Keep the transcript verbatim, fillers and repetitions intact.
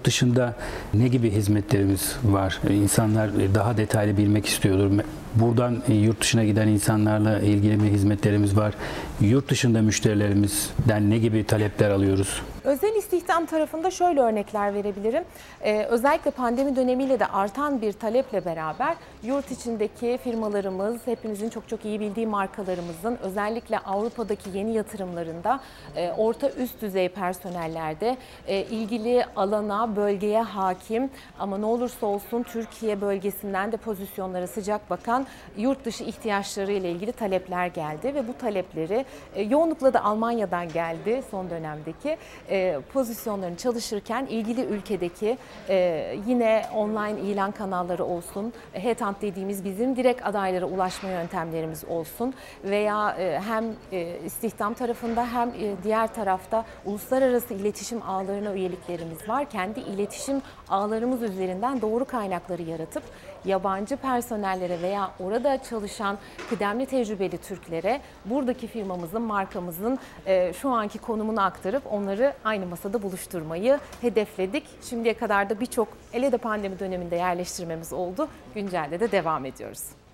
dışında ne gibi hizmetlerimiz var? İnsanlar daha detaylı bilmek istiyordur. Buradan yurt dışına giden insanlarla ilgili bir hizmetlerimiz var. Yurt dışında müşterilerimizden ne gibi talepler alıyoruz? Özel istihdam tarafında şöyle örnekler verebilirim. Ee, özellikle pandemi dönemiyle de artan bir taleple beraber yurt içindeki firmalarımız, hepimizin çok çok iyi bildiği markalarımızın özellikle Avrupa'daki yeni yatırımlarında e, orta üst düzey personellerde e, ilgili alana, bölgeye hakim ama ne olursa olsun Türkiye bölgesinden de pozisyonlara sıcak bakan yurt dışı ihtiyaçları ile ilgili talepler geldi ve bu talepleri e, yoğunlukla da Almanya'dan geldi son dönemdeki. E, pozisyonlarını çalışırken ilgili ülkedeki e, yine online ilan kanalları olsun, headhunt dediğimiz bizim direkt adaylara ulaşma yöntemlerimiz olsun veya e, hem e, istihdam tarafında hem e, diğer tarafta uluslararası iletişim ağlarına üyeliklerimiz var. Kendi iletişim ağlarımız üzerinden doğru kaynakları yaratıp yabancı personellere veya orada çalışan kıdemli tecrübeli Türklere buradaki firmamızın, markamızın e, şu anki konumunu aktarıp onları aynı masada buluşturmayı hedefledik. Şimdiye kadar da birçok, hele de pandemi döneminde yerleştirmemiz oldu. Güncelde de devam ediyoruz.